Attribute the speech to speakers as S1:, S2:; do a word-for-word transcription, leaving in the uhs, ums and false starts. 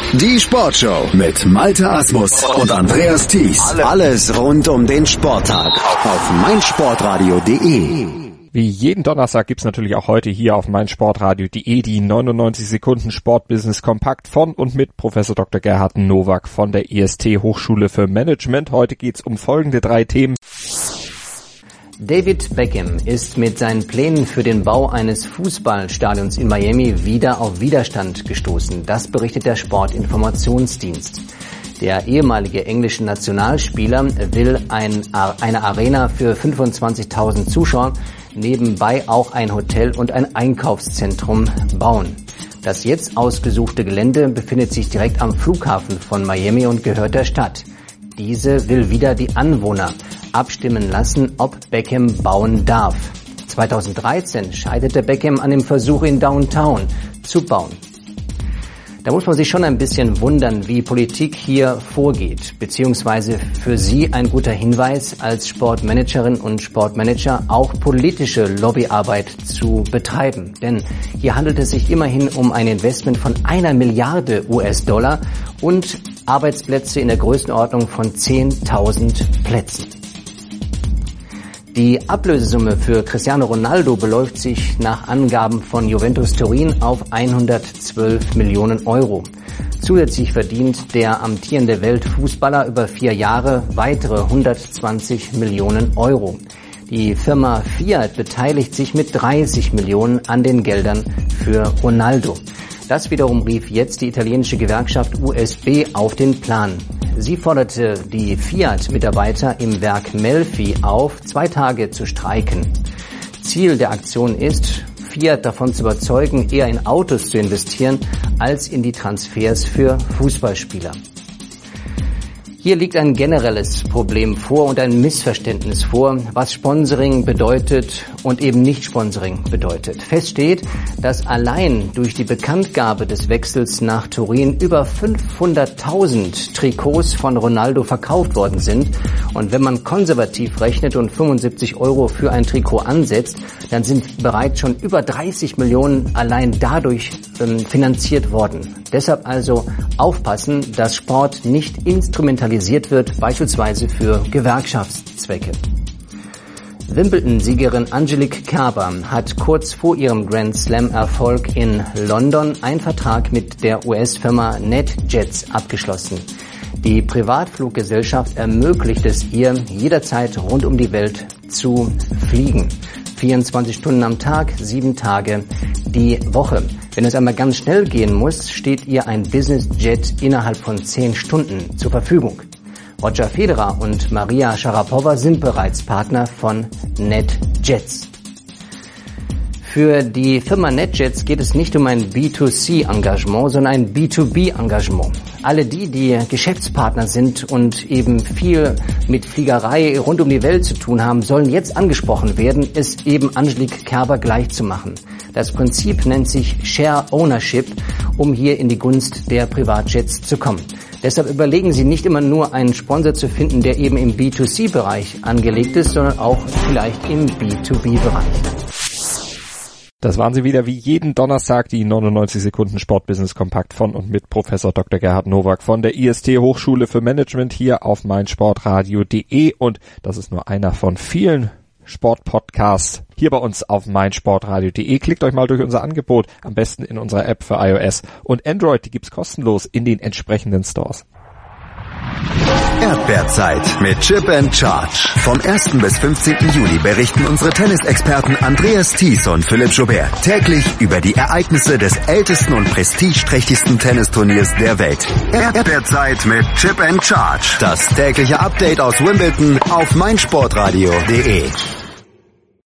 S1: Die Sportshow mit Malte Asmus und Andreas Thies. Alles rund um den Sporttag auf meinsportradio punkt de.
S2: Wie jeden Donnerstag gibt's natürlich auch heute hier auf meinsportradio punkt de die neunundneunzig Sekunden Sportbusiness Kompakt von und mit Professor Doktor Gerhard Nowak von der I S T Hochschule für Management. Heute geht's um folgende drei Themen.
S3: David Beckham ist mit seinen Plänen für den Bau eines Fußballstadions in Miami wieder auf Widerstand gestoßen. Das berichtet der Sportinformationsdienst. Der ehemalige englische Nationalspieler will ein, eine Arena für fünfundzwanzigtausend Zuschauer, nebenbei auch ein Hotel und ein Einkaufszentrum bauen. Das jetzt ausgesuchte Gelände befindet sich direkt am Flughafen von Miami und gehört der Stadt. Diese will wieder die Anwohner abstimmen lassen, ob Beckham bauen darf. zweitausenddreizehn scheiterte Beckham an dem Versuch, in Downtown zu bauen. Da muss man sich schon ein bisschen wundern, wie Politik hier vorgeht, beziehungsweise für Sie ein guter Hinweis, als Sportmanagerin und Sportmanager auch politische Lobbyarbeit zu betreiben. Denn hier handelt es sich immerhin um ein Investment von einer Milliarde U S-Dollar und Arbeitsplätze in der Größenordnung von zehntausend Plätzen. Die Ablösesumme für Cristiano Ronaldo beläuft sich nach Angaben von Juventus Turin auf hundertzwölf Millionen Euro. Zusätzlich verdient der amtierende Weltfußballer über vier Jahre weitere hundertzwanzig Millionen Euro. Die Firma Fiat beteiligt sich mit dreißig Millionen an den Geldern für Ronaldo. Das wiederum rief jetzt die italienische Gewerkschaft U S B auf den Plan. Sie forderte die Fiat-Mitarbeiter im Werk Melfi auf, zwei Tage zu streiken. Ziel der Aktion ist, Fiat davon zu überzeugen, eher in Autos zu investieren, als in die Transfers für Fußballspieler. Hier liegt ein generelles Problem vor und ein Missverständnis vor, was Sponsoring bedeutet und eben nicht Sponsoring bedeutet. Fest steht, dass allein durch die Bekanntgabe des Wechsels nach Turin über fünfhunderttausend Trikots von Ronaldo verkauft worden sind. Und wenn man konservativ rechnet und fünfundsiebzig Euro für ein Trikot ansetzt, dann sind bereits schon über dreißig Millionen allein dadurch ähm, finanziert worden. Deshalb also aufpassen, dass Sport nicht instrumentalisiert wird, beispielsweise für Gewerkschaftszwecke. Wimbledon-Siegerin Angelique Kerber hat kurz vor ihrem Grand Slam-Erfolg in London einen Vertrag mit der U S-Firma NetJets abgeschlossen. Die Privatfluggesellschaft ermöglicht es ihr, jederzeit rund um die Welt zu fliegen. vierundzwanzig Stunden am Tag, sieben Tage die Woche. Wenn es einmal ganz schnell gehen muss, steht ihr ein Business-Jet innerhalb von zehn Stunden zur Verfügung. Roger Federer und Maria Sharapova sind bereits Partner von NetJets. Für die Firma NetJets geht es nicht um ein B zwei C Engagement, sondern ein B zwei B Engagement. Alle die, die Geschäftspartner sind und eben viel mit Fliegerei rund um die Welt zu tun haben, sollen jetzt angesprochen werden, es eben Angelique Kerber gleich zu machen. Das Prinzip nennt sich Share Ownership, um hier in die Gunst der Privatjets zu kommen. Deshalb überlegen Sie nicht immer nur einen Sponsor zu finden, der eben im B zwei C Bereich angelegt ist, sondern auch vielleicht im B zwei B Bereich.
S2: Das waren sie wieder wie jeden Donnerstag, die neunundneunzig Sekunden Sportbusiness Kompakt von und mit Professor Doktor Gerhard Nowak von der I S T Hochschule für Management hier auf meinsportradio punkt de und das ist nur einer von vielen Sportpodcasts hier bei uns auf meinsportradio punkt de. Klickt euch mal durch unser Angebot, am besten in unserer App für iOS und Android, die gibt's kostenlos in den entsprechenden Stores.
S1: Erdbeerzeit mit Chip and Charge. Vom ersten bis fünfzehnten Juli berichten unsere Tennisexperten Andreas Thies und Philipp Joubert täglich über die Ereignisse des ältesten und prestigeträchtigsten Tennisturniers der Welt. Erdbeerzeit mit Chip and Charge. Das tägliche Update aus Wimbledon auf meinsportradio punkt de.